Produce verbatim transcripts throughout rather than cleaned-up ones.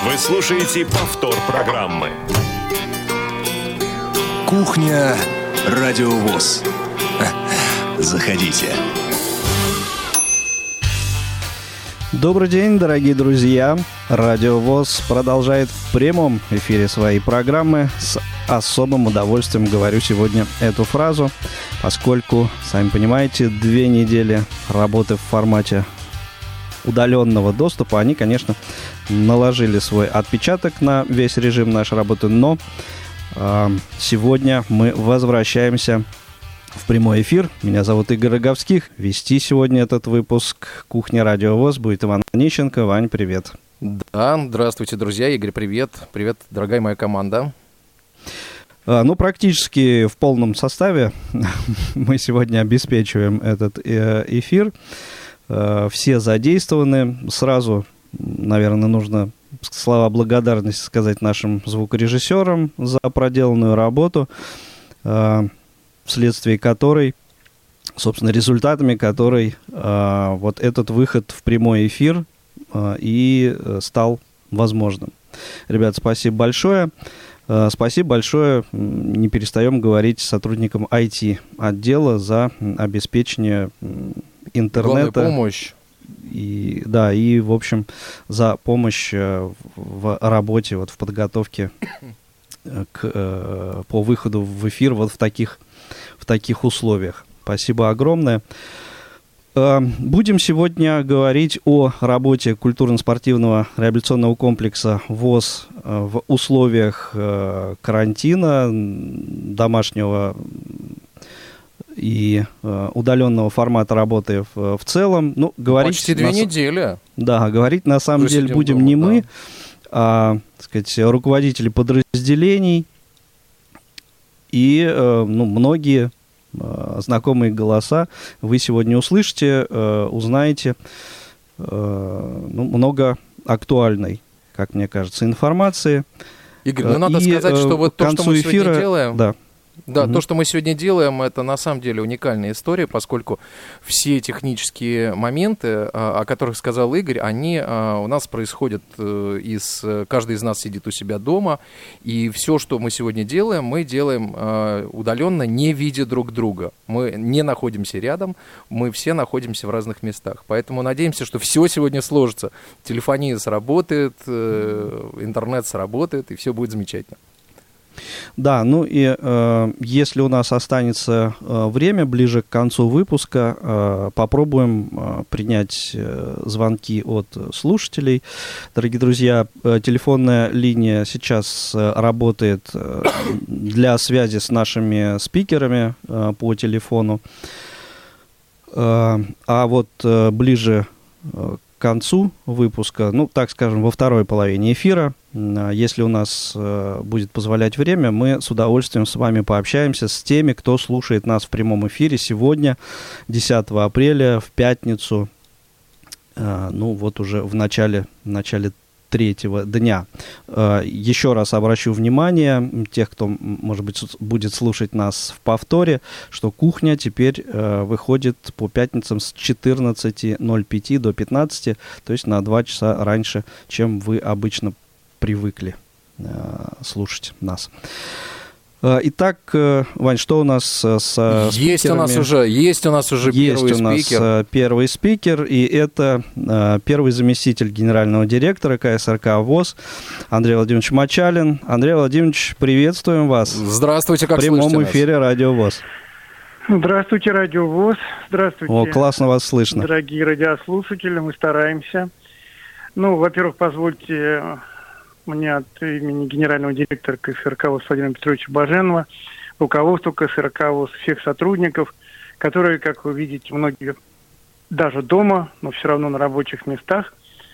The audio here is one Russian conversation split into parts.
Вы слушаете повтор программы. Кухня Радио ВОС. Заходите. Добрый день, дорогие друзья. Радио ВОС продолжает в прямом эфире свои программы. С особым удовольствием говорю сегодня эту фразу, поскольку, сами понимаете, две недели работы в формате удаленного доступа, они, конечно, наложили свой отпечаток на весь режим нашей работы, но э, сегодня мы возвращаемся в прямой эфир. Меня зовут Игорь Роговских. Вести сегодня этот выпуск «Кухня Радио ВОС» будет Иван Онищенко. Вань, привет. Да, здравствуйте, друзья. Игорь, привет. Привет, дорогая моя команда. А, ну, практически в полном составе мы сегодня обеспечиваем этот э, эфир. Э, все задействованы. Сразу, наверное, нужно слова благодарности сказать нашим звукорежиссерам за проделанную работу, э, вследствие которой, собственно, результатами которой э, вот этот выход в прямой эфир э, и э, стал возможным. Ребят, спасибо большое. Э, спасибо большое, не перестаем говорить сотрудникам ай ти-отдела за обеспечение интернета. Главная помощь. И, да, и, в общем, за помощь э, в работе, вот, в подготовке к, э, по выходу в эфир вот в таких в таких условиях. Спасибо огромное. Будем сегодня говорить о работе культурно-спортивного реабилитационного комплекса ВОС в условиях карантина, домашнего и удаленного формата работы в, в целом. Ну, говорить почти две на, недели. Да, говорить на самом Уже деле будем дома, не да. мы, а, так сказать, руководители подразделений и ну, многие знакомые голоса вы сегодня услышите, узнаете ну, много актуальной, как мне кажется, информации. Игорь, ну надо и сказать, что вот то, что мы эфира, сегодня делаем... Да. Да, Угу. то, что мы сегодня делаем, это на самом деле уникальная история, поскольку все технические моменты, о которых сказал Игорь, они у нас происходят из... Каждый из нас сидит у себя дома, и все, что мы сегодня делаем, мы делаем удаленно, не видя друг друга. Мы не находимся рядом, мы все находимся в разных местах. Поэтому надеемся, что все сегодня сложится. Телефония сработает, интернет сработает, и все будет замечательно. Да, ну и э, если у нас останется э, время ближе к концу выпуска, э, попробуем э, принять э, звонки от слушателей. Дорогие друзья, э, телефонная линия сейчас э, работает э, для связи с нашими спикерами э, по телефону. Э, а вот э, ближе э, к концу выпуска, ну, так скажем, во второй половине эфира, если у нас э, будет позволять время, мы с удовольствием с вами пообщаемся с теми, кто слушает нас в прямом эфире сегодня, десятого апреля, в пятницу, э, ну, вот уже в начале, в начале третьего дня. Э, еще раз обращу внимание тех, кто, может быть, будет слушать нас в повторе, что кухня теперь э, выходит по пятницам с четырнадцати ноль пять до пятнадцати, то есть на два часа раньше, чем вы обычно привыкли э, слушать нас. Э, итак, э, Вань, что у нас с, с есть спикерами? у нас уже, есть у нас уже есть первый у нас спикер. Э, первый спикер, и это э, первый заместитель генерального директора ка эс эр ка ВОС Андрей Владимирович Мочалин. Андрей Владимирович, приветствуем вас. Здравствуйте, как в прямом слышите эфире нас? Радио ВОС. Здравствуйте, Радио ВОС. Здравствуйте. О, классно вас слышно. Дорогие радиослушатели, мы стараемся. Ну, во-первых, позвольте мне от имени генерального директора ка эс эр ка ВОС Владимира Петровича Баженова, руководства ка эс эр ка ВОС, всех сотрудников, которые, как вы видите, многие даже дома, но все равно на рабочих местах,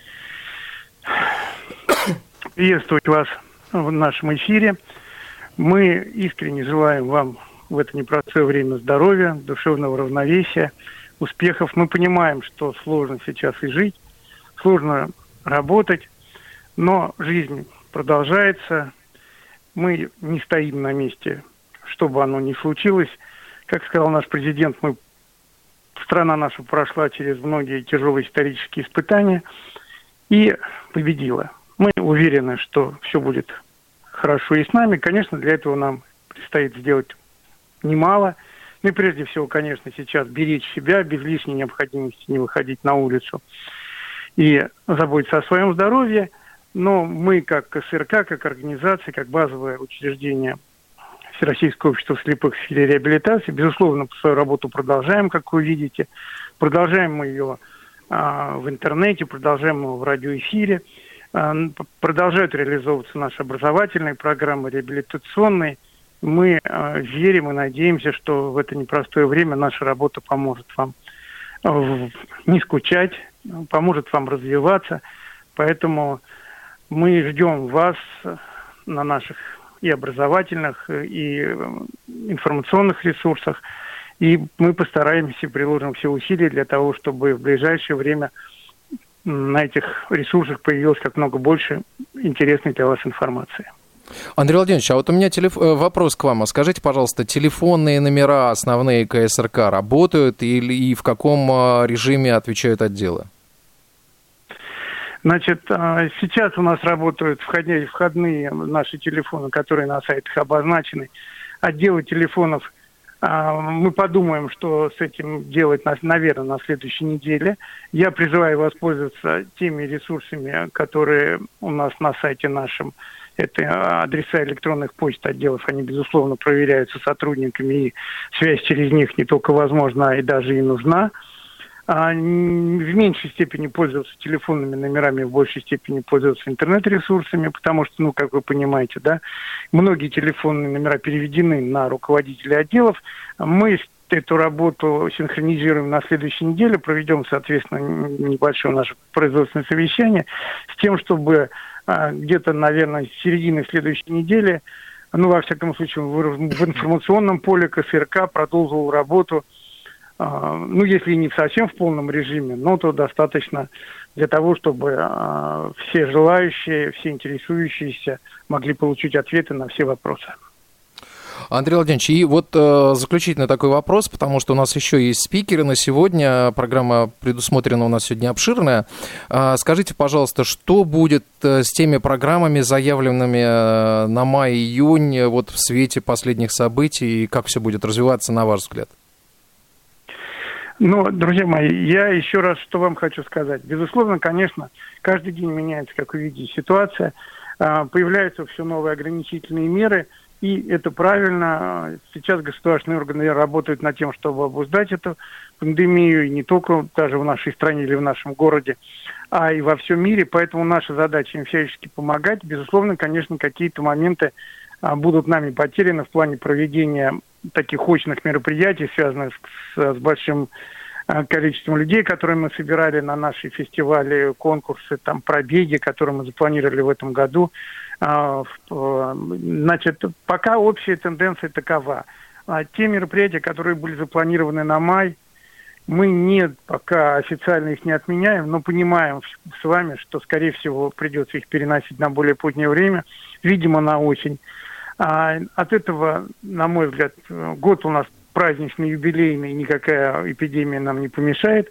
приветствовать вас в нашем эфире. Мы искренне желаем вам в это непростое время здоровья, душевного равновесия, успехов. Мы понимаем, что сложно сейчас и жить, сложно работать, но жизнь продолжается. Мы не стоим на месте, что бы оно ни случилось. Как сказал наш президент, мы, страна наша прошла через многие тяжелые исторические испытания и победила. Мы уверены, что все будет хорошо и с нами. Конечно, для этого нам предстоит сделать немало. Ну и прежде всего, конечно, сейчас беречь себя, без лишней необходимости не выходить на улицу и заботиться о своем здоровье. Но мы, как КСРК, как организация, как базовое учреждение Всероссийского общества слепых в сфере реабилитации, безусловно, свою работу продолжаем, как вы видите. Продолжаем мы ее а, в интернете, продолжаем ее в радиоэфире. А, продолжают реализовываться наши образовательные программы, реабилитационные. Мы а, верим и надеемся, что в это непростое время наша работа поможет вам а, не скучать, поможет вам развиваться. Поэтому мы ждем вас на наших и образовательных, и информационных ресурсах. И мы постараемся, приложим все усилия для того, чтобы в ближайшее время на этих ресурсах появилось как много больше интересной для вас информации. Андрей Владимирович, а вот у меня телеф... вопрос к вам. А скажите, пожалуйста, телефонные номера основные КСРК работают или и в каком режиме отвечают отделы? Значит, сейчас у нас работают входные, входные наши телефоны, которые на сайтах обозначены. Отделы телефонов, мы подумаем, что с этим делать, наверное, на следующей неделе. Я призываю воспользоваться теми ресурсами, которые у нас на сайте нашем. Это адреса электронных почт отделов, они, безусловно, проверяются сотрудниками, и связь через них не только возможна, и даже и нужна. А в меньшей степени пользоваться телефонными номерами, в большей степени пользоваться интернет-ресурсами, потому что, ну, как вы понимаете, да, многие телефонные номера переведены на руководителей отделов. Мы эту работу синхронизируем на следующей неделе, проведем, соответственно, небольшое наше производственное совещание с тем, чтобы а, где-то, наверное, с середины следующей недели, ну, во всяком случае, в, в информационном поле КСРК продолжил работу. Ну, если не совсем в полном режиме, но то достаточно для того, чтобы э, все желающие, все интересующиеся могли получить ответы на все вопросы. Андрей Владимирович, и вот э, заключительный такой вопрос, потому что у нас еще есть спикеры на сегодня, программа предусмотрена у нас сегодня обширная. Э, скажите, пожалуйста, что будет э, с теми программами, заявленными э, на май-июнь, вот в свете последних событий, и как все будет развиваться, на ваш взгляд? Ну, друзья мои, я еще раз что вам хочу сказать. Безусловно, конечно, каждый день меняется, как вы видите, ситуация. Появляются все новые ограничительные меры, и это правильно. Сейчас государственные органы работают над тем, чтобы обуздать эту пандемию, и не только даже в нашей стране или в нашем городе, а и во всем мире. Поэтому наша задача им всячески помогать. Безусловно, конечно, какие-то моменты будут нами потеряны в плане проведения таких очных мероприятий, связанных с, с большим э, количеством людей, которые мы собирали на наши фестивали, конкурсы, там, пробеги, которые мы запланировали в этом году. Э, э, значит, пока общая тенденция такова. А те мероприятия, которые были запланированы на май, мы не пока официально их не отменяем, но понимаем с вами, что, скорее всего, придется их переносить на более позднее время, видимо, на осень. А от этого, на мой взгляд, год у нас праздничный, юбилейный, никакая эпидемия нам не помешает.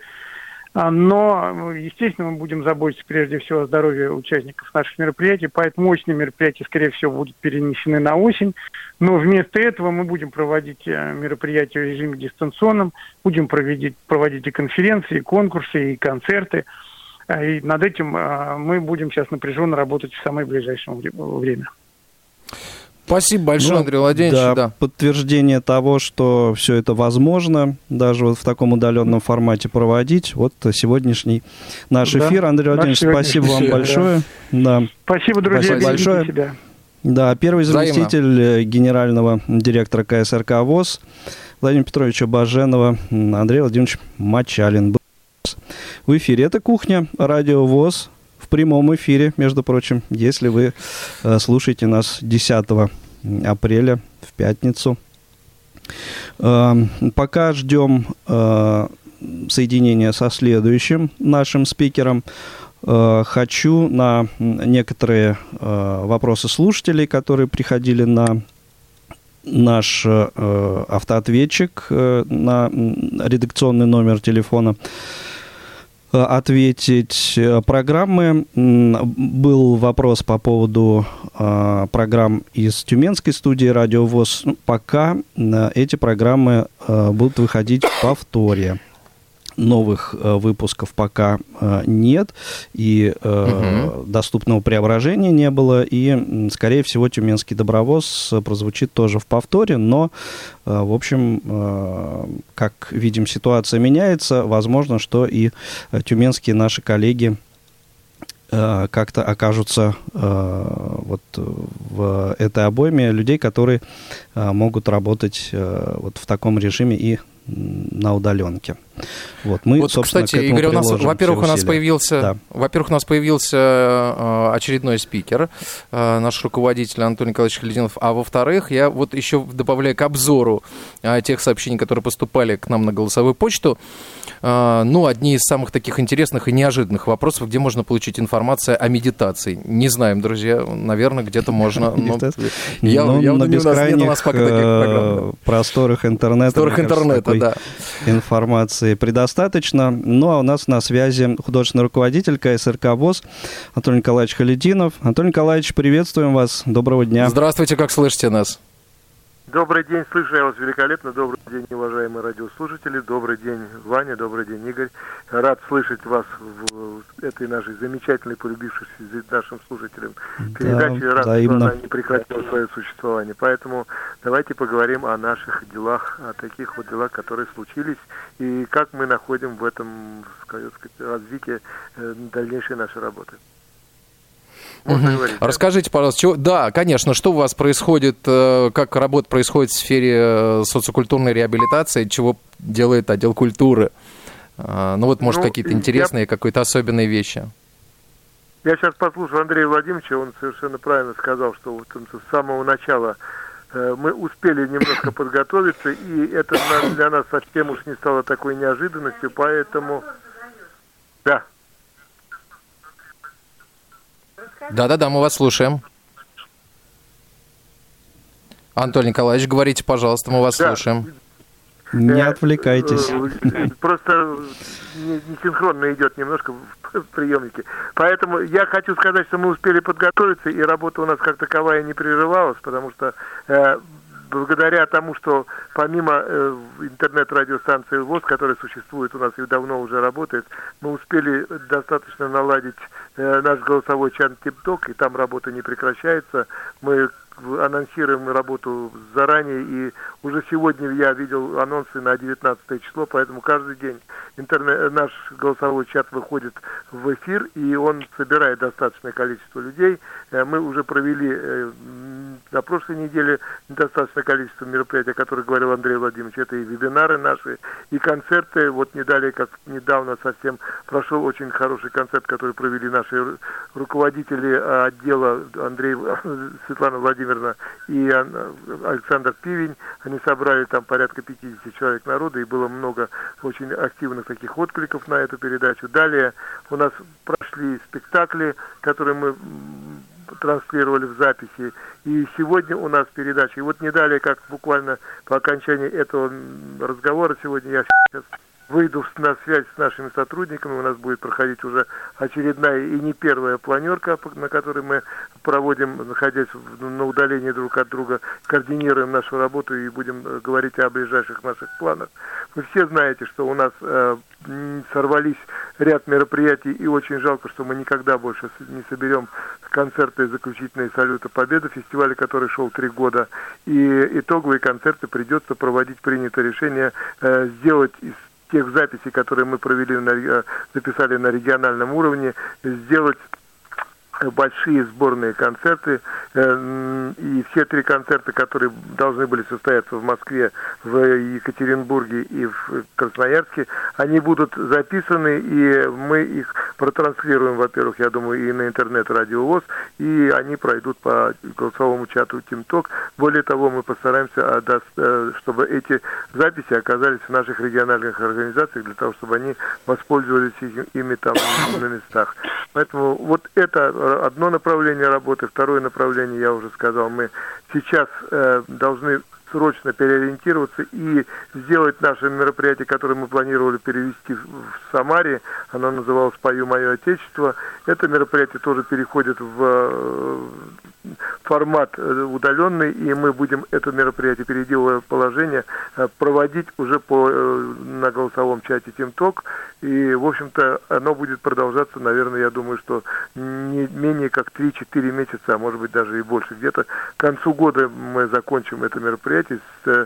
Но, естественно, мы будем заботиться прежде всего о здоровье участников наших мероприятий, поэтому очные мероприятия, скорее всего, будут перенесены на осень. Но вместо этого мы будем проводить мероприятия в режиме дистанционном, будем проводить, проводить и конференции, и конкурсы, и концерты. И над этим мы будем сейчас напряженно работать в самое ближайшее время. Спасибо большое, ну, Андрей Владимирович. Да, да. Подтверждение того, что все это возможно, даже вот в таком удаленном формате проводить. Вот сегодняшний наш да, эфир. Андрей Владимирович, спасибо вам большое. Да. Да. Спасибо, друзья. Спасибо большое. Себя. Да, первый заместитель Взаимно. генерального директора КСРК ВОС Владимира Петровича Баженова Андрей Владимирович Мочалин был в эфире. Это «Кухня», радио ВОС. В прямом эфире, между прочим, если вы э, слушаете нас десятого апреля в пятницу. Э, пока ждем э, соединения со следующим нашим спикером. Э, хочу на некоторые э, вопросы слушателей, которые приходили на наш э, автоответчик, э, на редакционный номер телефона, ответить программы. Был вопрос по поводу э, программ из Тюменской студии «Радио ВОС». Пока э, эти программы э, будут выходить в повторе. Новых э, выпусков пока э, нет, и э, угу. доступного преображения не было, и, скорее всего, «Тюменский добровоз» прозвучит тоже в повторе, но, э, в общем, э, как видим, ситуация меняется, возможно, что и э, тюменские наши коллеги э, как-то окажутся э, вот в этой обойме людей, которые э, могут работать э, вот в таком режиме и на удаленке. Вот, мы, вот, кстати, Игорь, у нас, во-первых, у нас появился, да. во-первых, у нас появился э, очередной спикер, э, наш руководитель Антон Николаевич Халидинов, а во-вторых, я вот еще добавляю к обзору э, тех сообщений, которые поступали к нам на голосовую почту, э, ну, одни из самых таких интересных и неожиданных вопросов, где можно получить информацию о медитации. Не знаем, друзья, наверное, где-то можно. На бескрайних просторах интернета да. информации предостаточно. Ну, а у нас на связи художественный руководитель ка эс эр ка ВОС Анатолий Николаевич Халидинов. Анатолий Николаевич, приветствуем вас. Доброго дня. Здравствуйте, как слышите нас? Добрый день, слышу я вас великолепно. Добрый день, уважаемые радиослушатели. Добрый день, Ваня. Добрый день, Игорь. Рад слышать вас в этой нашей замечательной, полюбившейся нашим слушателям передаче. Да, рад, взаимно. Что она не прекратила свое существование. Поэтому давайте поговорим о наших делах, о таких вот делах, которые случились, и как мы находим в этом, сказать, развитии дальнейшей нашей работы. Можно угу. говорить, да? Расскажите, пожалуйста, чего... да, конечно, что у вас происходит, как работа происходит в сфере социокультурной реабилитации, чего делает отдел культуры? Ну вот, может, ну, какие-то интересные, я... какие-то особенные вещи. Я сейчас послушал Андрея Владимировича, он совершенно правильно сказал, что вот с самого начала мы успели немножко подготовиться, и это для нас совсем уж не стало такой неожиданностью, поэтому... Да. Да-да-да, мы вас слушаем. Антон Николаевич, говорите, пожалуйста, мы вас да. слушаем. Не отвлекайтесь. Просто не, не синхронно идет немножко в приемнике. Поэтому я хочу сказать, что мы успели подготовиться, и работа у нас как таковая не прерывалась, потому что э, благодаря тому, что помимо э, интернет-радиостанции ВОС, которая существует у нас и давно уже работает, мы успели достаточно наладить э, наш голосовой чат TikTok, и там работа не прекращается. Мы анонсируем работу заранее, и уже сегодня я видел анонсы на девятнадцатое число, поэтому каждый день интернет, наш голосовой чат выходит в эфир, и он собирает достаточное количество людей. Мы уже провели на прошлой неделе достаточное количество мероприятий, о которых говорил Андрей Владимирович. Это и вебинары наши, и концерты. Вот не далее, как недавно совсем прошел очень хороший концерт, который провели наши руководители отдела Андрей, Светлана Владимировна и Александр Пивень. Они собрали там порядка пятьдесят человек народа, и было много очень активных таких откликов на эту передачу. Далее у нас прошли спектакли, которые мы транслировали в записи. И сегодня у нас передача. И вот не далее, как буквально по окончании этого разговора сегодня я сейчас выйду на связь с нашими сотрудниками. У нас будет проходить уже очередная и не первая планерка, на которой мы проводим, находясь на удалении друг от друга, координируем нашу работу и будем говорить о ближайших наших планах. Вы все знаете, что у нас э, сорвались ряд мероприятий, и очень жалко, что мы никогда больше не соберем концерты заключительные салюта Победы, фестиваля, который шел три года, и итоговые концерты придется проводить. Принято решение э, сделать из тех записей, которые мы провели, на, записали на региональном уровне, сделать большие сборные концерты, и все три концерта, которые должны были состояться в Москве, в Екатеринбурге и в Красноярске, они будут записаны, и мы их протранслируем, во-первых, я думаю, и на интернет-радио ВОС, и они пройдут по голосовому чату TikTok. Более того, мы постараемся, чтобы эти записи оказались в наших региональных организациях, для того, чтобы они воспользовались ими там на местах. Поэтому вот это одно направление работы. Второе направление, я уже сказал, мы сейчас э, должны срочно переориентироваться и сделать наше мероприятие, которое мы планировали перевести в Самаре. Оно называлось «Пою мое Отечество». Это мероприятие тоже переходит в формат удаленный, и мы будем это мероприятие, переделывая положение, проводить уже по, на голосовом чате TeamTalk. И, в общем-то, оно будет продолжаться, наверное, я думаю, что не менее как три-четыре месяца, а может быть даже и больше. Где-то к концу года мы закончим это мероприятие.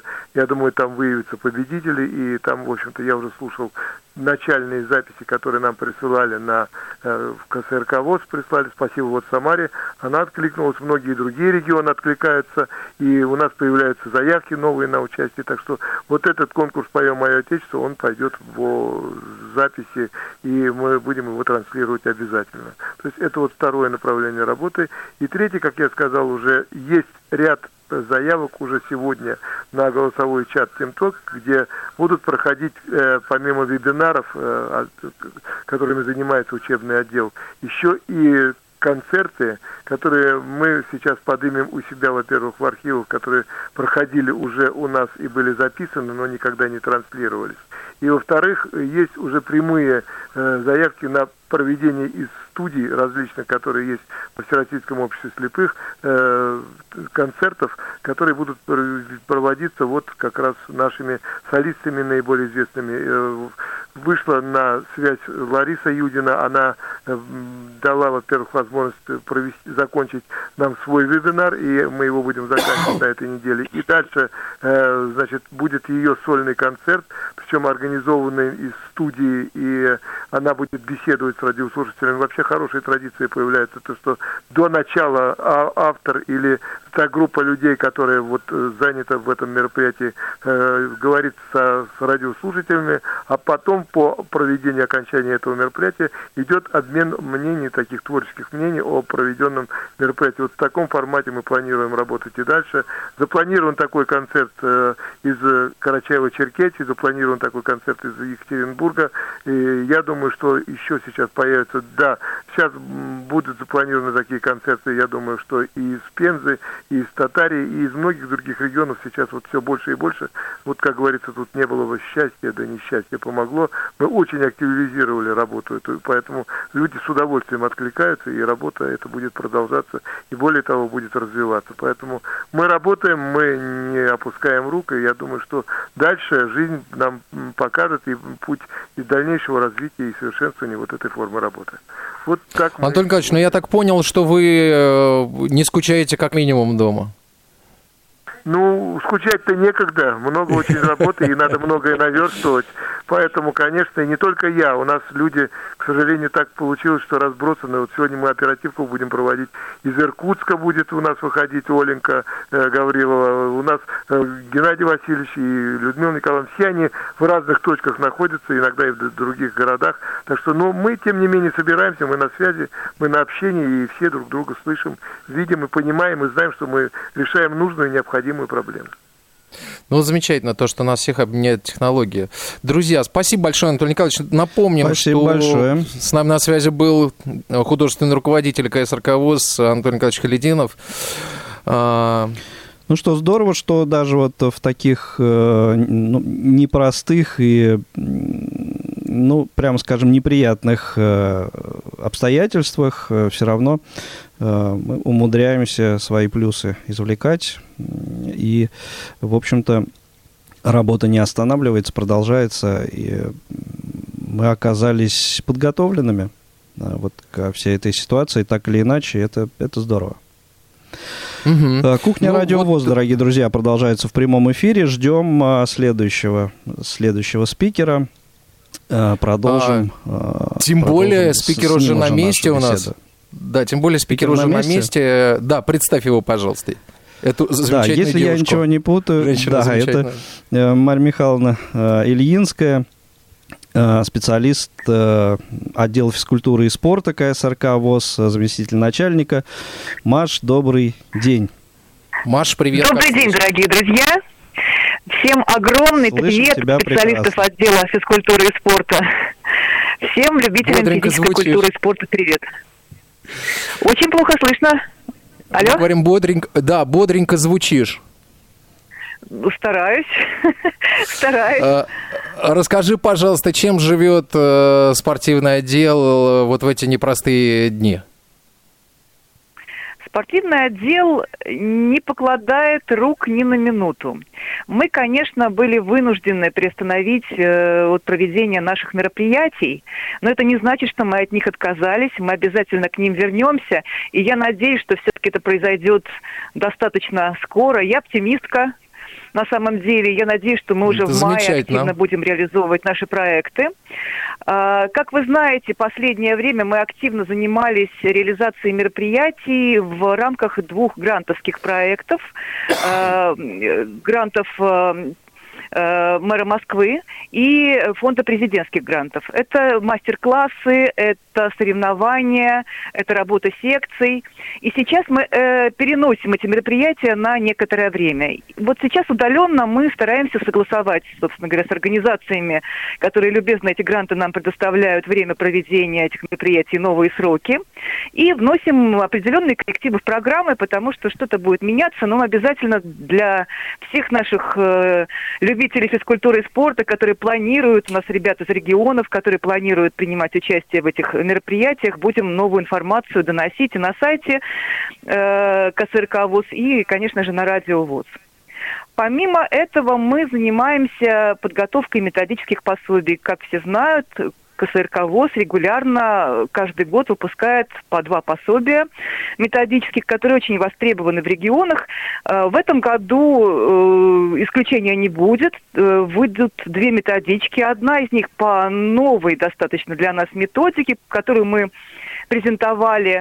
Я думаю, там выявятся победители, и там, в общем-то, я уже слушал начальные записи, которые нам присылали на э, в КСРК ВОС, прислали, спасибо, вот в Самаре, она откликнулась, многие другие регионы откликаются, и у нас появляются заявки новые на участие, так что вот этот конкурс «Поем мое Отечество», он пойдет в записи, и мы будем его транслировать обязательно. То есть это вот второе направление работы. И третье, как я сказал, уже есть ряд заявок уже сегодня на голосовой чат TeamTalk, где будут проходить, э, помимо вебинаров, э, которыми занимается учебный отдел, еще и концерты, которые мы сейчас поднимем у себя, во-первых, в архивах, которые проходили уже у нас и были записаны, но никогда не транслировались. И, во-вторых, есть уже прямые э, заявки на проведение из студий различных, которые есть во Всероссийском обществе слепых, э, концертов, которые будут проводиться вот как раз нашими солистами наиболее известными. Э, вышла на связь Лариса Юдина, она э, дала, во-первых, возможность провести, закончить нам свой вебинар, и мы его будем заканчивать на этой неделе. И дальше, э, значит, будет ее сольный концерт, причем организованный из студии, и она будет беседовать с радиослушателями. Вообще хорошая традиция появляется, то, что до начала автор или та группа людей, которая вот занята в этом мероприятии, э, говорит со, с радиослушателями, а потом по проведению окончания этого мероприятия идет обмен мнений, таких творческих мнений о проведенном мероприятии. Вот в таком формате мы планируем работать и дальше. Запланирован такой концерт э, из Карачаево-Черкесии, запланирован такой концерт из Екатеринбурга. И я думаю, что еще сейчас появится, да, сейчас будут запланированы такие концерты, я думаю, что и из Пензы, и из Татарии, и из многих других регионов сейчас вот все больше и больше. Вот, как говорится, тут не было бы счастья, да несчастье помогло. Мы очень активизировали работу эту, поэтому люди с удовольствием откликаются, и работа эта будет продолжаться, и более того, будет развиваться. Поэтому мы работаем, мы не опускаем рук, и я думаю, что дальше жизнь нам покажет и путь из дальнейшего развития и совершенствования вот этой формы работы. Вот так. Антон мы... Николаевич, ну я так понял, что вы не скучаете как минимум дома. Ну, скучать-то некогда, много очень работы, и надо многое наверстывать. Поэтому, конечно, и не только я, у нас люди, к сожалению, так получилось, что разбросаны. Вот сегодня мы оперативку будем проводить. Из Иркутска будет у нас выходить Оленька э, Гаврилова, у нас э, Геннадий Васильевич и Людмила Николаевна. Все они в разных точках находятся, иногда и в других городах. Так что, ну, мы, тем не менее, собираемся, мы на связи, мы на общении, и все друг друга слышим, видим и понимаем, и знаем, что мы решаем нужную и необходимую проблему. Ну, замечательно, то, что нас всех объединяет технология. Друзья, спасибо большое, Анатолий Николаевич. Напомним, спасибо что большое. С нами на связи был художественный руководитель КСРК ВОС Антон Николаевич Халидинов. Ну что, здорово, что даже вот в таких э, ну, непростых и, ну, прямо скажем, неприятных э, обстоятельствах э, все равно э, мы умудряемся свои плюсы извлекать. И, в общем-то, работа не останавливается, продолжается, и мы оказались подготовленными вот ко всей этой ситуации, так или иначе, это, это здорово. Угу. Кухня ну, Радио вот... ВОС, дорогие друзья, продолжается в прямом эфире. Ждем следующего, следующего спикера. Продолжим. А, тем продолжим более спикер уже на месте у нас. Да, тем более спикер, спикер уже на месте. на месте. Да, представь его, пожалуйста. Эту да, если девушку. Я ничего не путаю, Женщина да, это Марья Михайловна Ильинская, специалист отдела физкультуры и спорта КСРК ВОС, заместитель начальника. Маш, добрый день. Маш, привет. Добрый день, дорогие друзья. Всем огромный Слышим привет специалистов прекрасно. Отдела физкультуры и спорта. Всем любителям бодренько физической звучишь. Культуры и спорта привет. Очень плохо слышно. Алло? Мы говорим бодренько, да, бодренько звучишь. Стараюсь. Стараюсь. Расскажи, пожалуйста, чем живет спортивный отдел вот в эти непростые дни? Спортивный отдел не покладает рук ни на минуту. Мы, конечно, были вынуждены приостановить э, вот, проведение наших мероприятий, но это не значит, что мы от них отказались. Мы обязательно к ним вернемся, и я надеюсь, что все-таки это произойдет достаточно скоро. Я оптимистка. На самом деле, я надеюсь, что мы уже это в мае активно будем реализовывать наши проекты. Как вы знаете, последнее время мы активно занимались реализацией мероприятий в рамках двух грантовских проектов. Грантов мэра Москвы и фонда президентских грантов. Это мастер-классы, это соревнования, это работа секций. И сейчас мы э, переносим эти мероприятия на некоторое время. Вот сейчас удаленно мы стараемся согласовать, собственно говоря, с организациями, которые любезно эти гранты нам предоставляют, время проведения этих мероприятий, новые сроки. И вносим определенные коррективы в программы, потому что что-то будет меняться, но обязательно для всех наших э, любителей физкультуры и спорта, которые планируют, у нас ребята из регионов, которые планируют принимать участие в этих мероприятиях, будем новую информацию доносить и на сайте э, ка эс эр ка ВОС, и, конечно же, на радио ВОС. Помимо этого мы занимаемся подготовкой методических пособий. Как все знают, ка эс эр ка ВОС регулярно каждый год выпускает по два пособия методических, которые очень востребованы в регионах. В этом году исключения не будет. Выйдут две методички. Одна из них по новой достаточно для нас методике, которую мы презентовали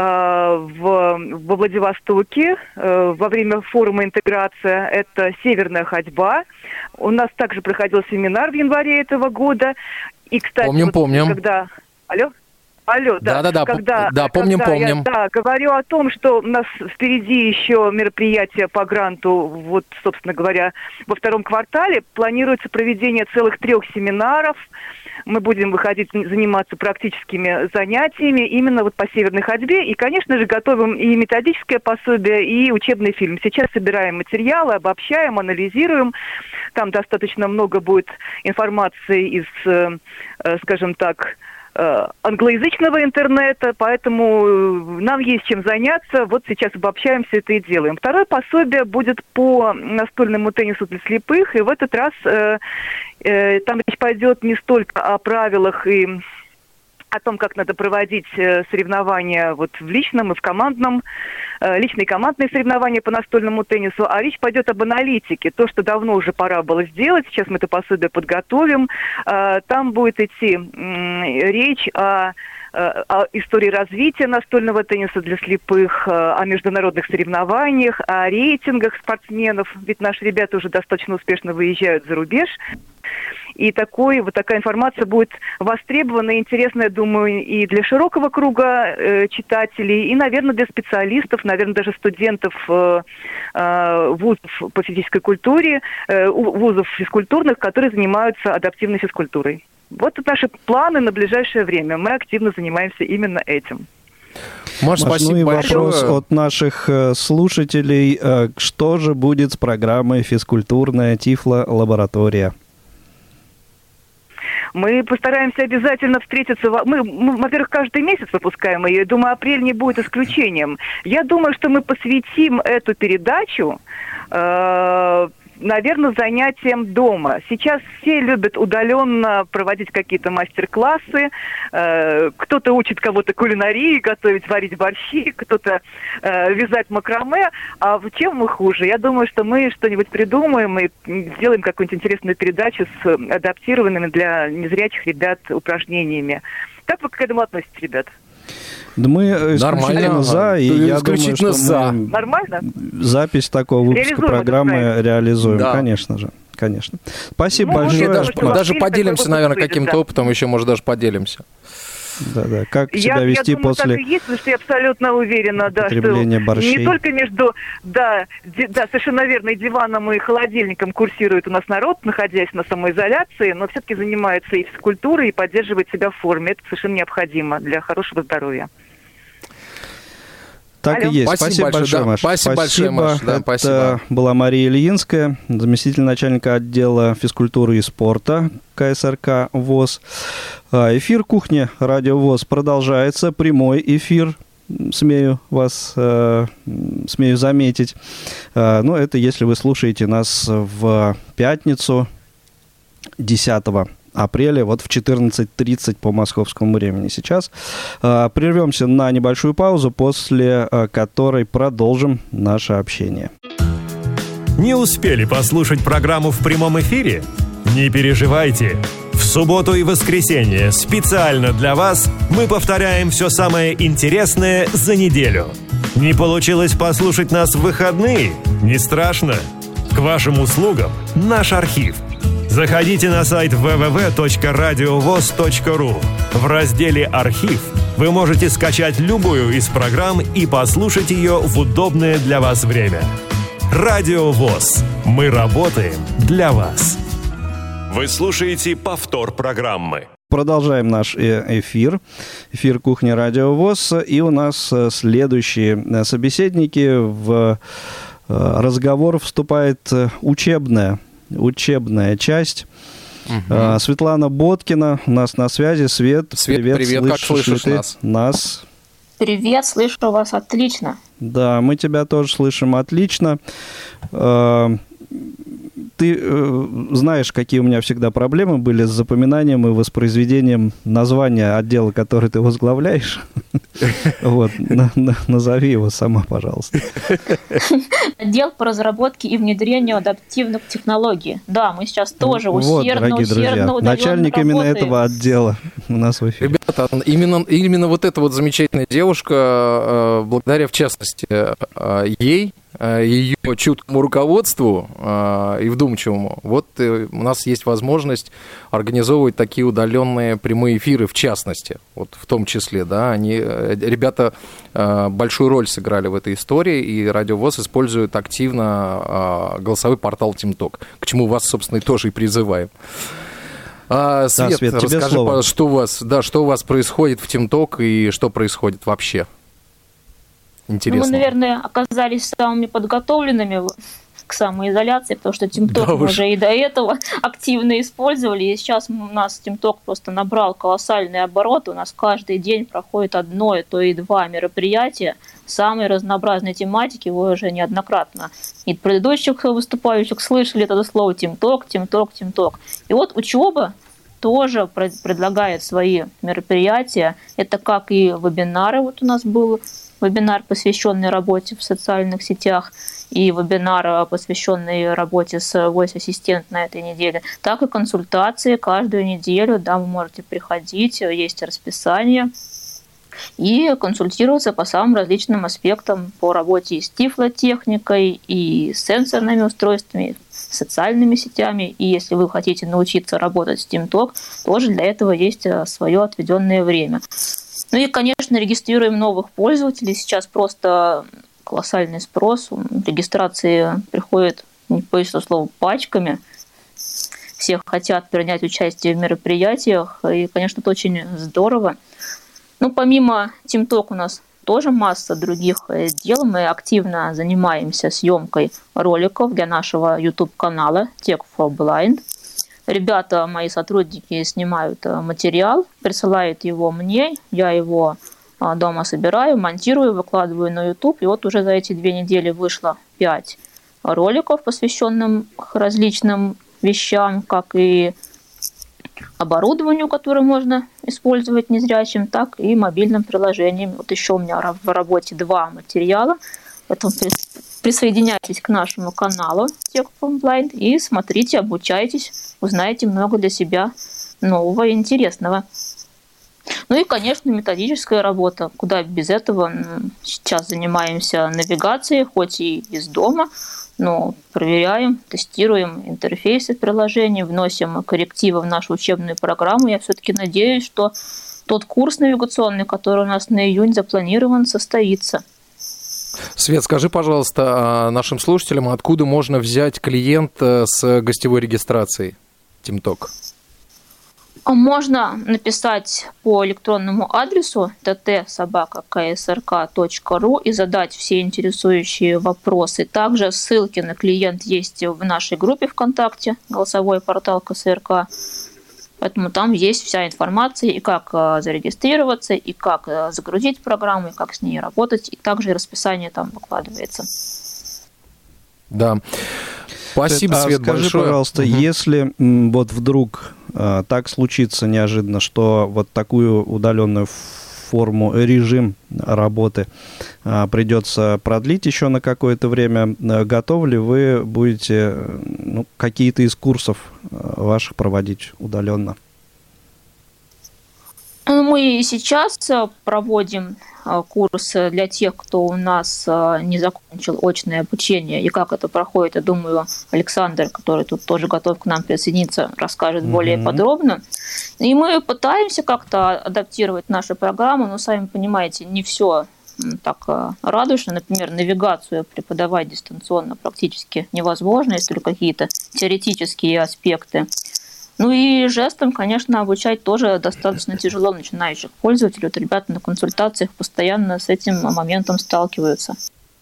в, во Владивостоке во время форума «Интеграция». Это «Северная ходьба». У нас также проходил семинар в январе этого года. И, кстати, помним, вот, помним. Когда... Алло? Алло, да. Да, да, да, когда, да помним, когда помним. Я, да, говорю о том, что у нас впереди еще мероприятие по гранту, вот, собственно говоря, во втором квартале. Планируется проведение целых трех семинаров. Мы будем выходить, заниматься практическими занятиями именно вот по северной ходьбе. И, конечно же, готовим и методическое пособие, и учебный фильм. Сейчас собираем материалы, обобщаем, анализируем. Там достаточно много будет информации из, скажем так, англоязычного интернета, поэтому нам есть чем заняться. Вот сейчас обобщаем все это и делаем. Второе пособие будет по настольному теннису для слепых, и в этот раз э, э, там речь пойдет не столько о правилах и о том, как надо проводить соревнования вот в личном и в командном, личные и командные соревнования по настольному теннису, а речь пойдет об аналитике, то, что давно уже пора было сделать, сейчас мы это пособие подготовим. Там будет идти речь о о истории развития настольного тенниса для слепых, о международных соревнованиях, о рейтингах спортсменов, ведь наши ребята уже достаточно успешно выезжают за рубеж. И такой, вот такая информация будет востребована и интересна, я думаю, и для широкого круга э, читателей, и, наверное, для специалистов, наверное, даже студентов э, э, вузов по физической культуре, э, вузов физкультурных, которые занимаются адаптивной физкультурой. Вот это наши планы на ближайшее время. Мы активно занимаемся именно этим. Маш, спасибо. Ну и вопрос от наших слушателей. Что же будет с программой «Физкультурная Тифло-лаборатория»? Мы постараемся обязательно встретиться. Мы, мы, во-первых, каждый месяц выпускаем ее. Я думаю, апрель не будет исключением. Я думаю, что мы посвятим эту передачу э- наверное, занятием дома. Сейчас все любят удаленно проводить какие-то мастер-классы. Э, кто-то учит кого-то кулинарии, готовить, варить борщи, кто-то э, вязать макраме. А чем мы хуже? Я думаю, что мы что-нибудь придумаем и сделаем какую-нибудь интересную передачу с адаптированными для незрячих ребят упражнениями. Как вы к этому относитесь, ребят? Да мы исключительно за, и я думаю, что за. мы Нормально? запись такого выпуска реализуем программы реализуем, да. Конечно же, конечно. Спасибо ну, большое. Мы даже, мы даже поделимся, наверное, каким-то да. опытом, еще, может, даже поделимся. Да, да. Как я, себя вести я думаю, после так и есть, потому что я абсолютно уверена, да, что борщей. Не только между, да, ди, да, совершенно верно, и диваном, и холодильником курсирует у нас народ, находясь на самоизоляции, но все-таки занимается и физкультурой, и поддерживает себя в форме. Это совершенно необходимо для хорошего здоровья. Так Алло. и есть. Спасибо Спасибо, большое, большое, да. Маш. Спасибо большое, Маш. Да, Это спасибо. была Мария Ильинская, заместитель начальника отдела физкультуры и спорта ка эс эр ка ВОС. Эфир «Кухня» Радио ВОС продолжается. Прямой эфир, смею вас, э, смею заметить. Э, ну, это если вы слушаете нас в пятницу десятого апреля, вот в четырнадцать тридцать по московскому времени сейчас. Э, прервемся на небольшую паузу, после э, которой продолжим наше общение. Не успели послушать программу в прямом эфире? Не переживайте. В субботу и воскресенье специально для вас мы повторяем все самое интересное за неделю. Не получилось послушать нас в выходные? Не страшно. К вашим услугам наш архив. Заходите на сайт дабл ю дабл ю дабл ю точка радиовос точка ру. В разделе «Архив» вы можете скачать любую из программ и послушать ее в удобное для вас время. Радио ВОС. Мы работаем для вас. Вы слушаете повтор программы. Продолжаем наш эфир. Эфир «Кухня Радио ВОС». И у нас следующие собеседники. В разговор вступает учебная учебная часть. Угу. Светлана Боткина у нас на связи. Свет, Свет привет. Привет, слышишь, как слышишь ты нас? нас? Привет, слышу вас отлично. Да, мы тебя тоже слышим отлично. Ты э, знаешь, какие у меня всегда проблемы были с запоминанием и воспроизведением названия отдела, который ты возглавляешь. Вот, назови его сама, пожалуйста. Отдел по разработке и внедрению адаптивных технологий. Да, мы сейчас тоже усердно, усердно удаленно начальник именно этого отдела у нас в эфире. Ребята, именно, именно вот эта вот замечательная девушка, благодаря, в частности, ей, ее чуткому руководству и вдумчивому, вот у нас есть возможность организовывать такие удаленные прямые эфиры, в частности, вот в том числе, да, они, ребята большую роль сыграли в этой истории, и Радио ВОС использует активно голосовой портал TeamTalk, к чему вас, собственно, и тоже и призываем. А, Свет, да, Свет, расскажи, слово. что у вас, да, что у вас происходит в TeamTalk и что происходит вообще? Интересно. Мы, наверное, оказались самыми подготовленными к самоизоляции, потому что TeamTalk да мы уже и до этого активно использовали, и сейчас у нас TeamTalk просто набрал колоссальные обороты, у нас каждый день проходит одно, то и два мероприятия самой разнообразной тематики, вы уже неоднократно и от предыдущих выступающих слышали это слово TeamTalk, TeamTalk, TeamTalk. И вот учеба тоже предлагает свои мероприятия, это как и вебинары, вот у нас был вебинар, посвященный работе в социальных сетях, и вебинар, посвященный работе с Voice Assistant на этой неделе, так и консультации каждую неделю, да, вы можете приходить, есть расписание, и консультироваться по самым различным аспектам по работе и с тифлотехникой, и с сенсорными устройствами, с социальными сетями. И если вы хотите научиться работать с TeamTalk, тоже для этого есть свое отведенное время. Ну и, конечно, регистрируем новых пользователей. Сейчас просто колоссальный спрос. Регистрации приходят, не боюсь слова, пачками. Все хотят принять участие в мероприятиях. И, конечно, это очень здорово. Ну, помимо TeamTalk у нас тоже масса других дел. Мы активно занимаемся съемкой роликов для нашего YouTube-канала Tech for Blind. Ребята, мои сотрудники, снимают материал, присылают его мне, я его дома собираю, монтирую, выкладываю на YouTube. И вот уже за эти две недели вышло пять роликов, посвященных различным вещам, как и оборудованию, которое можно использовать незрячим, так и мобильным приложением. Вот еще у меня в работе два материала. Поэтому присоединяйтесь к нашему каналу Tech for Blind и смотрите, обучайтесь, узнаете много для себя нового и интересного. Ну и, конечно, методическая работа. Куда без этого. Сейчас занимаемся навигацией, хоть и из дома, но проверяем, тестируем интерфейсы приложений, вносим коррективы в нашу учебную программу. Я все-таки надеюсь, что тот курс навигационный, который у нас на июнь запланирован, состоится. Свет, скажи, пожалуйста, нашим слушателям, откуда можно взять клиента с гостевой регистрацией TeamTalk? Можно написать по электронному адресу т т собака ка эс эр ка точка ру и задать все интересующие вопросы. Также ссылки на клиент есть в нашей группе ВКонтакте, голосовой портал ка эс эр ка. Поэтому там есть вся информация, и как зарегистрироваться, и как загрузить программу, и как с ней работать, и также и расписание там выкладывается. Да. Спасибо, а Свет, скажи, большое. пожалуйста, угу. если м, вот вдруг а, так случится неожиданно, что вот такую удаленную форму, режим работы а, придется продлить еще на какое-то время, а, готовы ли вы будете ну, какие-то из курсов а, ваших проводить удаленно? Мы и сейчас проводим курсы для тех, кто у нас не закончил очное обучение. И как это проходит, я думаю, Александр, который тут тоже готов к нам присоединиться, расскажет mm-hmm. более подробно. И мы пытаемся как-то адаптировать нашу программу, но, сами понимаете, не все так радужно. Например, навигацию преподавать дистанционно практически невозможно, если какие-то теоретические аспекты. Ну и жестом, конечно, обучать тоже достаточно тяжело начинающих пользователей. Вот ребята на консультациях постоянно с этим моментом сталкиваются.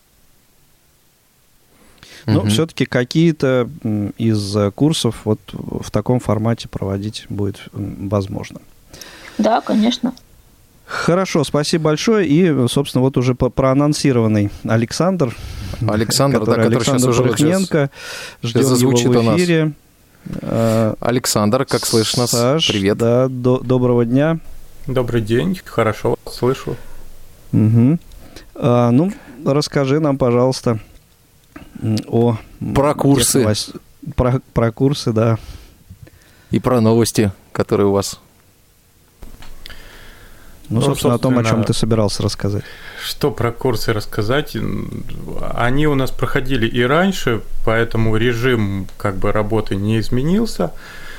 Но mm-hmm. все-таки какие-то из курсов вот в таком формате проводить будет возможно. Да, конечно. Хорошо, спасибо большое. И, собственно, вот уже проанонсированный Александр. Александр, который, да, который Александр сейчас Порохненко. Ждем его в эфире. Александр, как слышно? Саш, привет. Да, до, доброго дня. Добрый день, хорошо вас слышу. Угу. А, ну, расскажи нам, пожалуйста, о... Про курсы. Вас... Про, про курсы, да. И про новости, которые у вас. Ну, собственно, ну, собственно, о том, о чем ты собирался рассказать. Что про курсы рассказать? Они у нас проходили и раньше, поэтому режим как бы работы не изменился.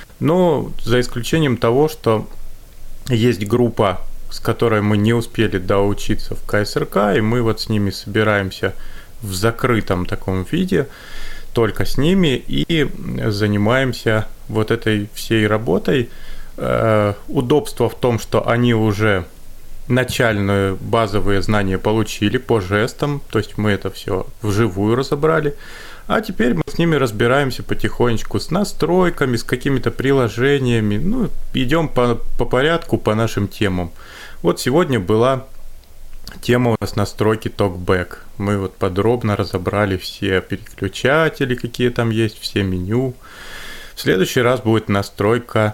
Но за исключением того, что есть группа, с которой мы не успели доучиться в ка эс эр ка, и мы вот с ними собираемся в закрытом таком виде, только с ними, и занимаемся вот этой всей работой. Удобство в том, что они уже начальные базовые знания получили по жестам, то есть мы это все вживую разобрали, а теперь мы с ними разбираемся потихонечку с настройками, с какими-то приложениями, ну, идем по, по порядку, по нашим темам. Вот сегодня была тема у нас настройки TalkBack. Мы вот подробно разобрали все переключатели, какие там есть, все меню. В следующий раз будет настройка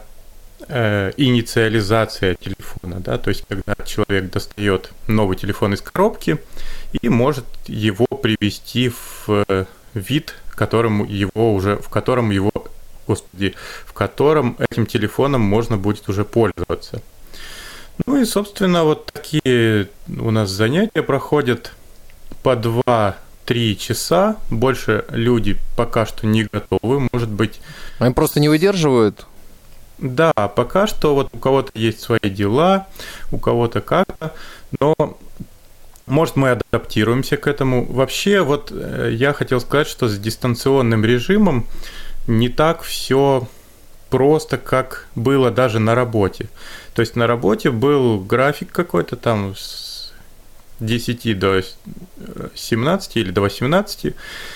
инициализация телефона, да, то есть когда человек достает новый телефон из коробки и может его привести в вид, которым его уже, в котором его, господи, в котором этим телефоном можно будет уже пользоваться. Ну и, собственно, вот такие у нас занятия проходят по два-три часа. Больше люди пока что не готовы, может быть. Они просто не выдерживают? Да, пока что вот у кого-то есть свои дела, у кого-то как-то, но может мы адаптируемся к этому. Вообще вот я хотел сказать, что с дистанционным режимом не так все просто, как было даже на работе. То есть на работе был график какой-то там с десяти до семнадцати или до восемнадцати,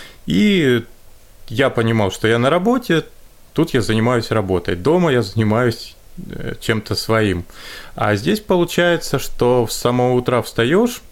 и я понимал, что я на работе. Тут я занимаюсь работой, дома я занимаюсь чем-то своим. А здесь получается, что с самого утра встаешь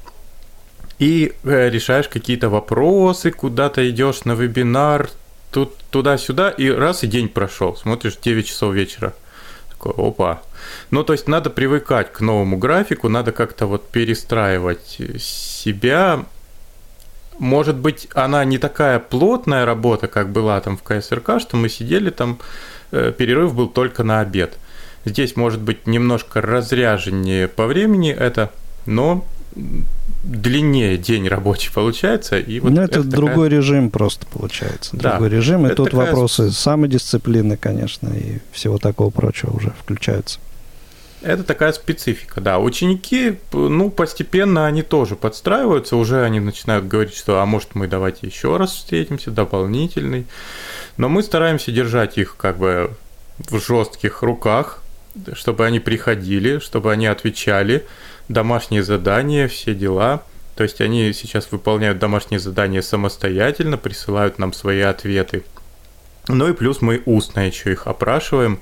и решаешь какие-то вопросы, куда-то идешь на вебинар, тут, туда-сюда, и раз, и день прошел. Смотришь, девять часов вечера. Такой, опа. Ну, то есть надо привыкать к новому графику, надо как-то вот перестраивать себя. Может быть, она не такая плотная работа, как была там в ка эс эр ка, что мы сидели там, э, перерыв был только на обед. Здесь может быть немножко разряженнее по времени это, но длиннее день рабочий получается. И вот ну, это, это другой такая... режим просто получается. Да. Другой режим, и это тут такая... вопросы самодисциплины, конечно, и всего такого прочего уже включаются. Это такая специфика, да. Ученики, ну, постепенно они тоже подстраиваются, уже они начинают говорить, что, а может, мы давайте еще раз встретимся, дополнительный. Но мы стараемся держать их как бы в жестких руках, чтобы они приходили, чтобы они отвечали, домашние задания, все дела. То есть они сейчас выполняют домашние задания самостоятельно, присылают нам свои ответы. Ну и плюс мы устно еще их опрашиваем.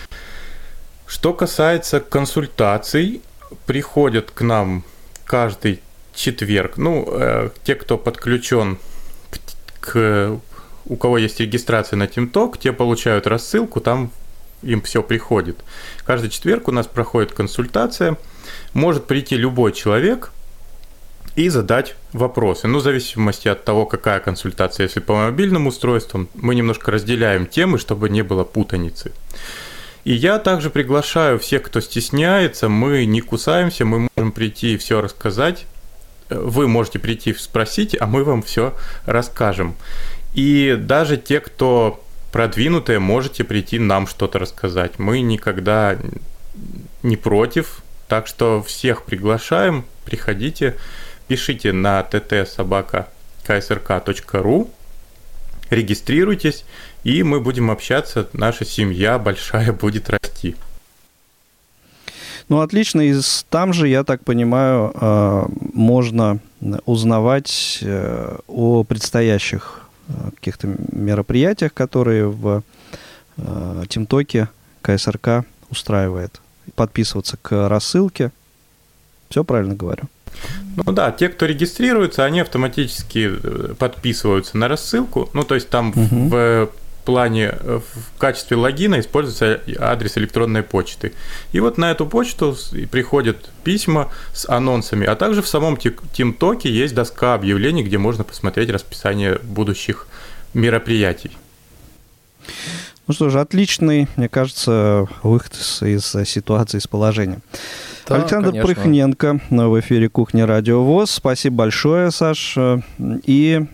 Что касается консультаций, приходят к нам каждый четверг. Ну, э, те, кто подключен к, к... У кого есть регистрация на TeamTalk, те получают рассылку, там им все приходит. Каждый четверг у нас проходит консультация. Может прийти любой человек и задать вопросы. Ну, в зависимости от того, какая консультация. Если по мобильным устройствам, мы немножко разделяем темы, чтобы не было путаницы. И я также приглашаю всех, кто стесняется, мы не кусаемся, мы можем прийти и все рассказать. Вы можете прийти спросить, а мы вам все расскажем. И даже те, кто продвинутые, можете прийти нам что-то рассказать. Мы никогда не против, так что всех приглашаем, приходите, пишите на тэ тэ собака ка эс эр ка точка ру, регистрируйтесь, и мы будем общаться, наша семья большая будет расти. Ну, отлично. И там же, я так понимаю, можно узнавать о предстоящих каких-то мероприятиях, которые в TeamTalk ка эс эр ка устраивает. Подписываться к рассылке. Все правильно говорю? Ну да, те, кто регистрируется, они автоматически подписываются на рассылку. Ну, то есть там угу. в плане, в качестве логина используется адрес электронной почты. И вот на эту почту приходят письма с анонсами. А также в самом TeamTalk есть доска объявлений, где можно посмотреть расписание будущих мероприятий. Ну что же, отличный, мне кажется, выход из ситуации, из положения. Да, Александр конечно. Прыхненко в эфире «Кухни Радио ВОС». Спасибо большое, Саш. И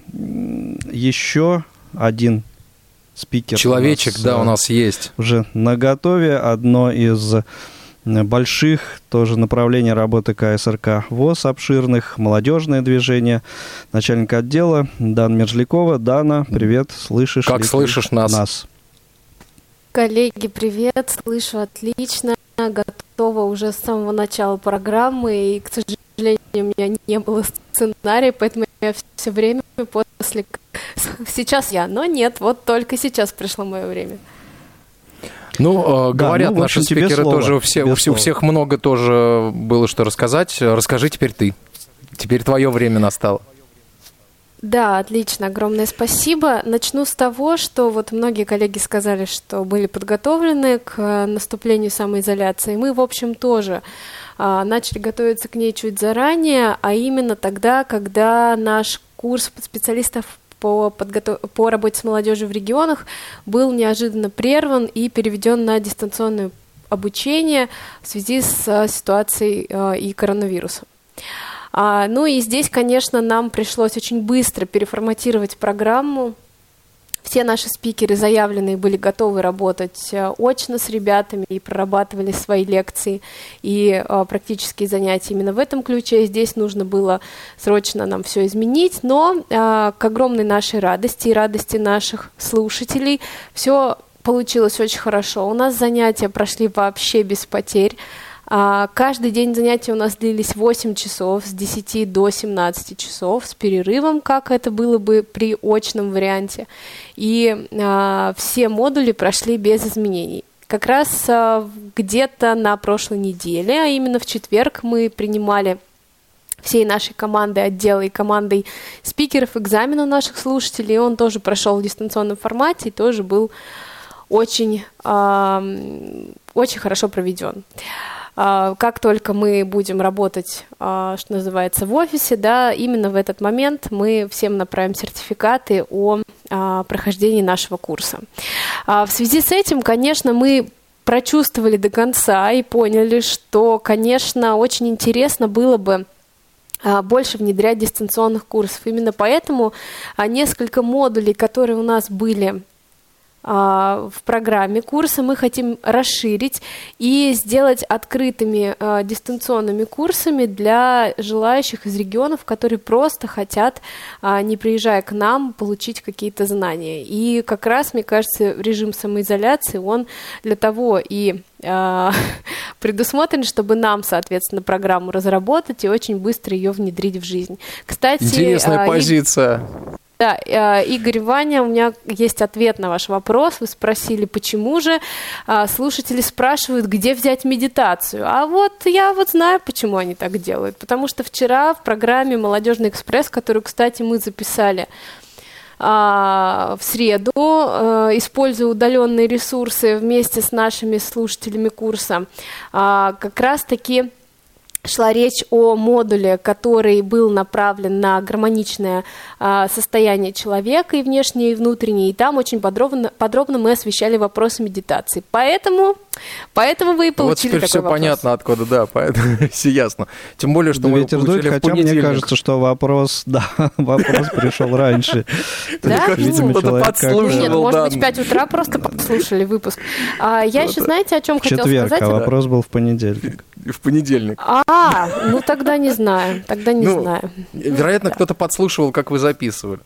еще один спикер. Человечек, у нас, да, у нас есть. Уже наготове. Одно из больших тоже направлений работы ка эс эр ка ВОС, обширных, молодежное движение. Начальник отдела Дана Мерзлякова. Дана, привет, слышишь как ли слышишь ты нас? нас? Коллеги, привет, слышу отлично, готова уже с самого начала программы, и, к сожалению, у меня не было сценария, поэтому я все время после... Сейчас я, но нет, вот только сейчас пришло мое время. Ну, э, говорят, да, ну, общем, наши спикеры тоже, все, у слова. всех много тоже было что рассказать. Расскажи теперь ты. Теперь твое время настало. Да, отлично, огромное спасибо. Начну с того, что вот многие коллеги сказали, что были подготовлены к наступлению самоизоляции. Мы, в общем, тоже а, начали готовиться к ней чуть заранее, а именно тогда, когда наш курс специалистов по, подготов... по работе с молодежью в регионах был неожиданно прерван и переведен на дистанционное обучение в связи с ситуацией а, и коронавирусом. А, ну и здесь, конечно, нам пришлось очень быстро переформатировать программу. Все наши спикеры заявленные были готовы работать очно с ребятами и прорабатывали свои лекции и а, практические занятия именно в этом ключе. Здесь нужно было срочно нам все изменить, но а, к огромной нашей радости и радости наших слушателей все получилось очень хорошо. У нас занятия прошли вообще без потерь. Каждый день занятия у нас длились восемь часов, с десяти до семнадцати часов, с перерывом, как это было бы при очном варианте. И а, все модули прошли без изменений. Как раз а, где-то на прошлой неделе, а именно в четверг, мы принимали всей нашей командой отдела и командой спикеров экзамен у наших слушателей. И он тоже прошел в дистанционном формате и тоже был очень, а, очень хорошо проведен. Как только мы будем работать, что называется, в офисе, да, именно в этот момент мы всем направим сертификаты о прохождении нашего курса. В связи с этим, конечно, мы прочувствовали до конца и поняли, что, конечно, очень интересно было бы больше внедрять дистанционных курсов. Именно поэтому несколько модулей, которые у нас были в программе курса мы хотим расширить и сделать открытыми э, дистанционными курсами для желающих из регионов, которые просто хотят, э, не приезжая к нам, получить какие-то знания. И как раз, мне кажется, режим самоизоляции, он для того и э, предусмотрен, чтобы нам, соответственно, программу разработать и очень быстро ее внедрить в жизнь. Кстати, интересная э, позиция. И... Да, Игорь, Ваня, у меня есть ответ на ваш вопрос. Вы спросили, почему же слушатели спрашивают, где взять медитацию. А вот я вот знаю, почему они так делают. Потому что вчера в программе «Молодежный экспресс», которую, кстати, мы записали в среду, используя удаленные ресурсы вместе с нашими слушателями курса, как раз-таки шла речь о модуле, который был направлен на гармоничное а, состояние человека, и внешнее, и внутреннее, и там очень подробно, подробно мы освещали вопросы медитации. Поэтому, поэтому вы и получили вот теперь такой все вопрос. Понятно, откуда, да, поэтому все ясно. Тем более, что мы его получили в хотя мне кажется, что вопрос, да, вопрос пришел раньше. Да? Кто-то подслушивал. Нет, может быть, в пять утра просто подслушали выпуск. Я еще, знаете, о чем хотела сказать? В четверг, а вопрос был в понедельник. В понедельник. А, ну тогда не знаю, тогда не ну, знаю. Вероятно, да. Кто-то подслушивал, как вы записывали.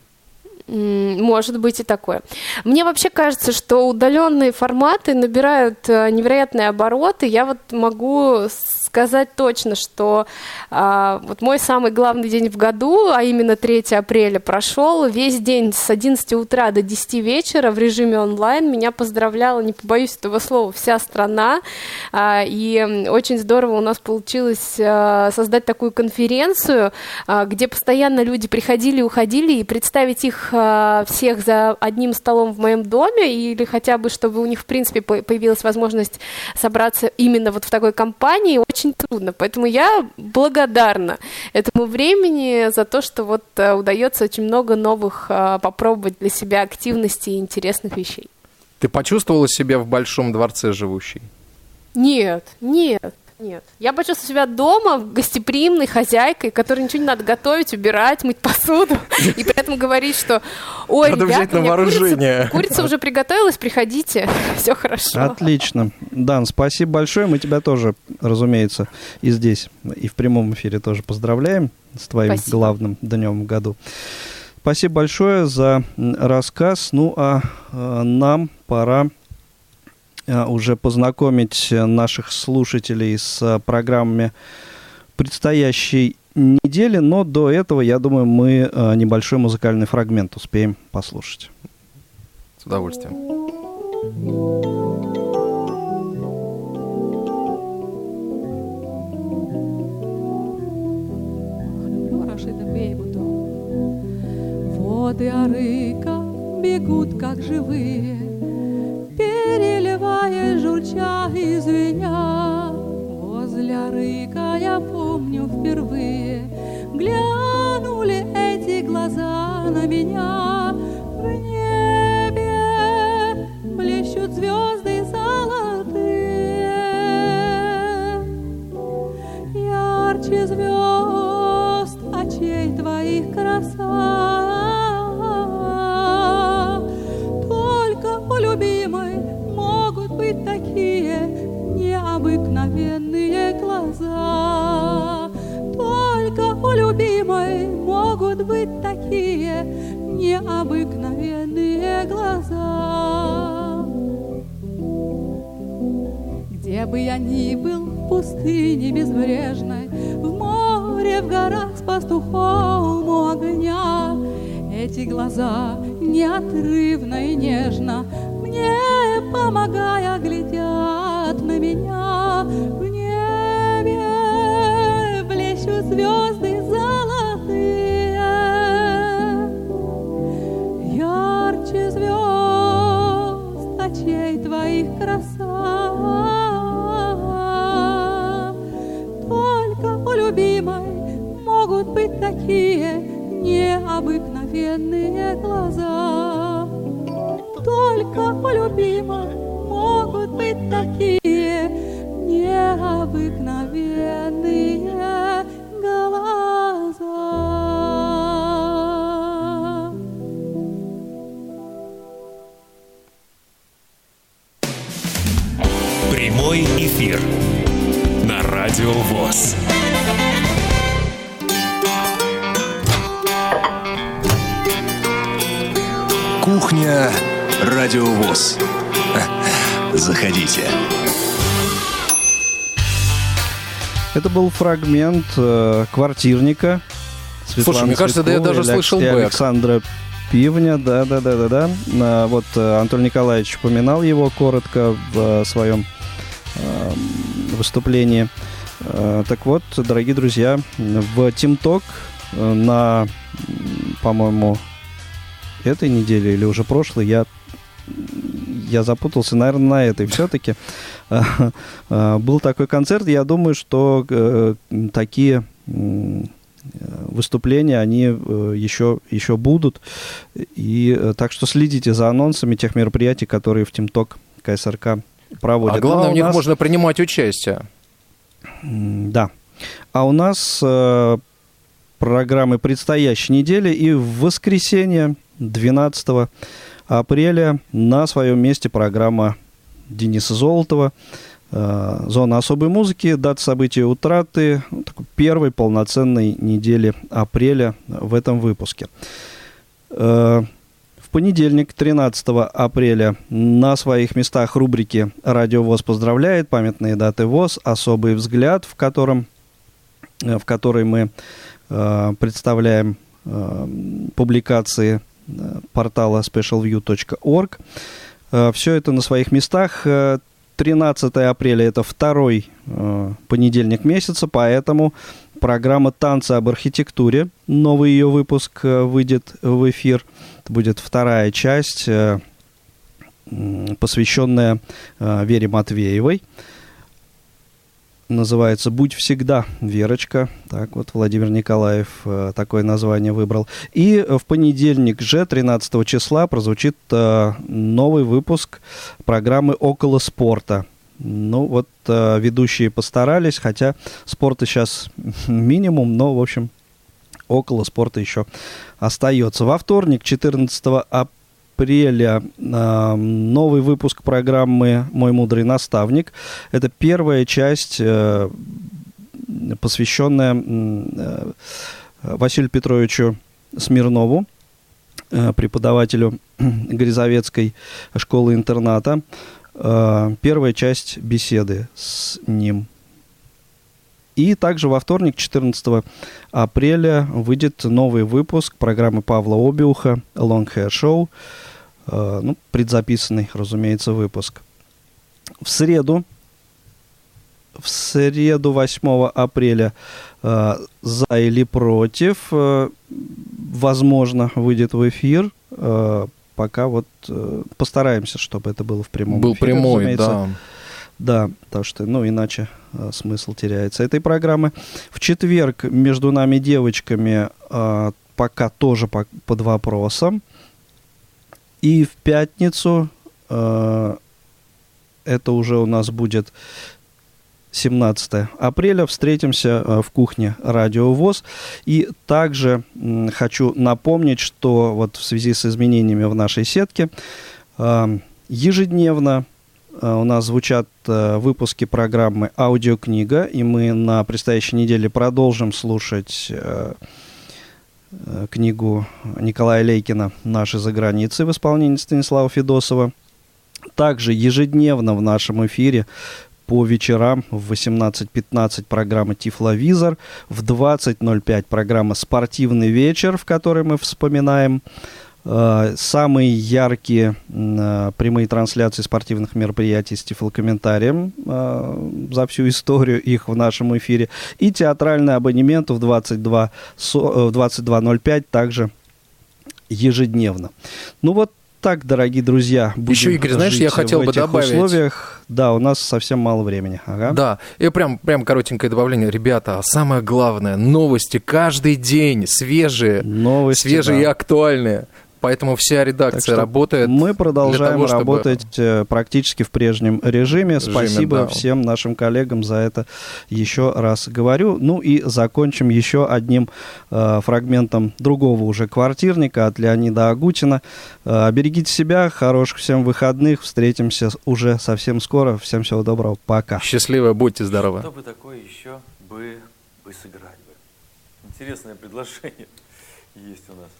Может быть и такое. Мне вообще кажется, что удаленные форматы набирают невероятные обороты. Я вот могу сказать точно, что а, вот мой самый главный день в году, а именно третьего апреля, прошел весь день с одиннадцати утра до десяти вечера в режиме онлайн. Меня поздравляла, не побоюсь этого слова, вся страна. А, и очень здорово у нас получилось а, создать такую конференцию, а, где постоянно люди приходили и уходили, и представить их всех за одним столом в моем доме, или хотя бы, чтобы у них, в принципе, появилась возможность собраться именно вот в такой компании, очень трудно. Поэтому я благодарна этому времени за то, что вот удается очень много новых попробовать для себя активностей и интересных вещей. Ты почувствовала себя в большом дворце живущей? Нет, нет. Нет, я почувствовала себя дома, гостеприимной хозяйкой, которой ничего не надо готовить, убирать, мыть посуду, и при этом говорить, что ой, надо ребята, взять на вооружение. Курица, курица уже приготовилась, приходите, все хорошо. Отлично. Дан, спасибо большое, мы тебя тоже, разумеется, и здесь, и в прямом эфире тоже поздравляем с твоим спасибо. Главным днем в году. Спасибо большое за рассказ, ну а э, нам пора уже познакомить наших слушателей с программами предстоящей недели, но до этого, я думаю, мы небольшой музыкальный фрагмент успеем послушать. С удовольствием. Воды Арыка бегут, как живые, переливая, журча и звеня. Возле Арыка, я помню, впервые глянули эти глаза на меня. В небе блещут звезды золотые, ярче звезд очей твоих краса. Необыкновенные глаза, только у любимой могут быть такие необыкновенные глаза. Где бы я ни был, в пустыне безбрежной, в море, в горах с пастухом у огня, эти глаза неотрывно и нежно мне, помогая, глядят на меня. В небе блещут звезды золотые, ярче звезд очей твоих краса. Только у любимой могут быть такие необыкновенные глаза. Только у любимой могут быть такие необыкновенные глаза. эфир на Радио ВОС. Кухня Радио ВОС. Заходите. Это был фрагмент э, «Квартирника». Светланы Слушай, мне кажется, да я даже слышал бэк. Александра Пивня, да-да-да-да-да. А, вот э, Анатолий Николаевич упоминал его коротко в э, своем э, выступлении. Э, так вот, дорогие друзья, в ТимТок э, на, по-моему, этой неделе или уже прошлой, я, я запутался, наверное, на этой все-таки, был такой концерт. Я думаю, что такие выступления, они еще, еще будут. И так что следите за анонсами тех мероприятий, которые в ТимТок КСРК проводят. А главное, ну, а в них нас... можно принимать участие. Да. А у нас программы предстоящей недели, и в воскресенье двенадцатого апреля на своем месте программа Дениса Золотова «Зона особой музыки». Дата события утраты такой первой полноценной недели апреля в этом выпуске. В понедельник, тринадцатого апреля, на своих местах рубрики «Радио ВОС поздравляет», «Памятные даты ВОС», «Особый взгляд», в котором, в которой мы представляем публикации портала спешл вью точка орг. Все это на своих местах. тринадцатого апреля – это второй понедельник месяца, поэтому программа «Танцы об архитектуре», новый ее выпуск выйдет в эфир. Это будет вторая часть, посвященная Вере Матвеевой. Называется «Будь всегда, Верочка». Так вот, Владимир Николаев э, такое название выбрал. И в понедельник же, тринадцатого числа, прозвучит э, новый выпуск программы «Около спорта». Ну, вот э, ведущие постарались, хотя спорта сейчас минимум, но, в общем, около спорта еще остается. Во вторник, четырнадцатого апреля, апреля новый выпуск программы «Мой мудрый наставник». Это первая часть, посвященная Василию Петровичу Смирнову, преподавателю Грязовецкой школы-интерната. Первая часть беседы с ним. И также во вторник, четырнадцатого апреля, выйдет новый выпуск программы Павла Обиуха «Long Hair Show». Э, ну, предзаписанный, разумеется, выпуск. В среду, в среду восьмого апреля э, «За или против», э, возможно, выйдет в эфир. Э, пока вот э, постараемся, чтобы это было в прямом Был эфире. Был прямой, разумеется. да. Да, потому что, ну, иначе а, смысл теряется этой программы. В четверг «Между нами девочками» а, пока тоже по, под вопросом. И в пятницу, а, это уже у нас будет семнадцатого апреля, встретимся а, в кухне Радио ВОС. И также м, хочу напомнить, что вот в связи с изменениями в нашей сетке а, ежедневно у нас звучат э, выпуски программы «Аудиокнига», и мы на предстоящей неделе продолжим слушать э, э, книгу Николая Лейкина «Наши за границей» в исполнении Станислава Федосова. Также ежедневно в нашем эфире по вечерам в восемнадцать пятнадцать программа «Тифловизор», в двадцать ноль пять программа «Спортивный вечер», в которой мы вспоминаем самые яркие э, прямые трансляции спортивных мероприятий с тифлокомментарием э, за всю историю их в нашем эфире. И театральный абонемент в двадцать два ноль пять также ежедневно. Ну вот так, дорогие друзья, будем Еще, Игорь, знаешь, я хотел бы добавить... условиях. Да, у нас совсем мало времени. Ага. Да, и прям, прям коротенькое добавление. Ребята, самое главное, новости каждый день, свежие, новости, свежие да. и актуальные. Поэтому вся редакция работает. Мы продолжаем того, чтобы... работать практически в прежнем режиме. Режиме, Спасибо да. всем нашим коллегам за это, еще раз говорю. Ну и закончим еще одним э, фрагментом другого уже квартирника от Леонида Агутина. Э, берегите себя, хороших всем выходных. Встретимся уже совсем скоро. Всем всего доброго. Пока. Счастливо, будьте здоровы. Что бы такое еще бы, бы сыграть бы? Интересное предложение есть у нас.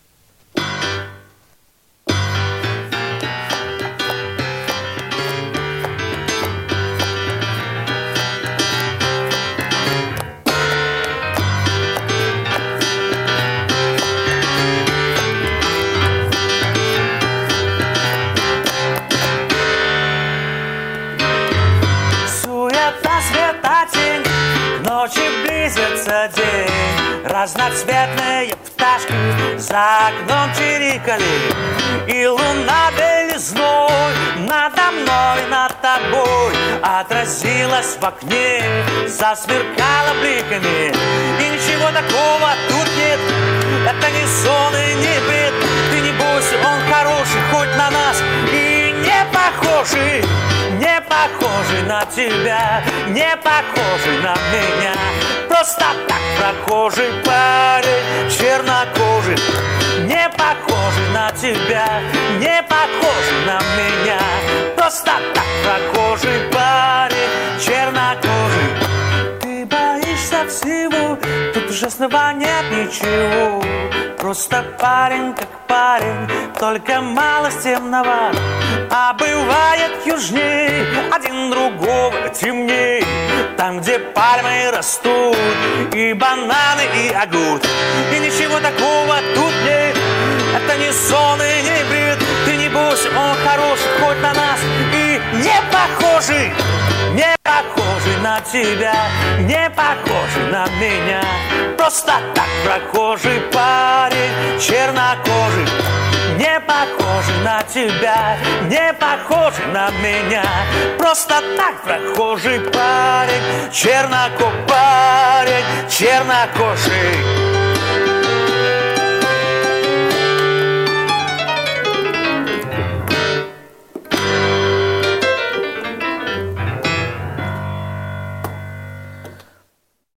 Ночи близится день, разноцветные пташки за окном чирикали, и луна белизной надо мной, над тобой отразилась в окне, засверкала бликами, и ничего такого тут нет, это не сон и не бред, ты не бойся, он хороший, хоть на нас и не похожий. Не похожий на тебя, не похожий на меня. Просто так прохожий парень, чернокожий. Не похожий на тебя, не похожий на меня. Просто так прохожий парень, чернокожий. Ты боишься всего, тут ужасного нет ничего. Просто парень как парень, только малость темноват. А бывает южней, один другого темней. Там, где пальмы растут, и бананы, и огурцы. И ничего такого тут нет, это не сон и не бред. Ты не бойся, он хороший, хоть на нас и не похожий. Не похожий на тебя, не похожий на меня. Просто так прохожий парень, чернокожий. Не похожий на тебя, не похожий на меня. Просто так прохожий парень, чернокожий парень, чернокожий.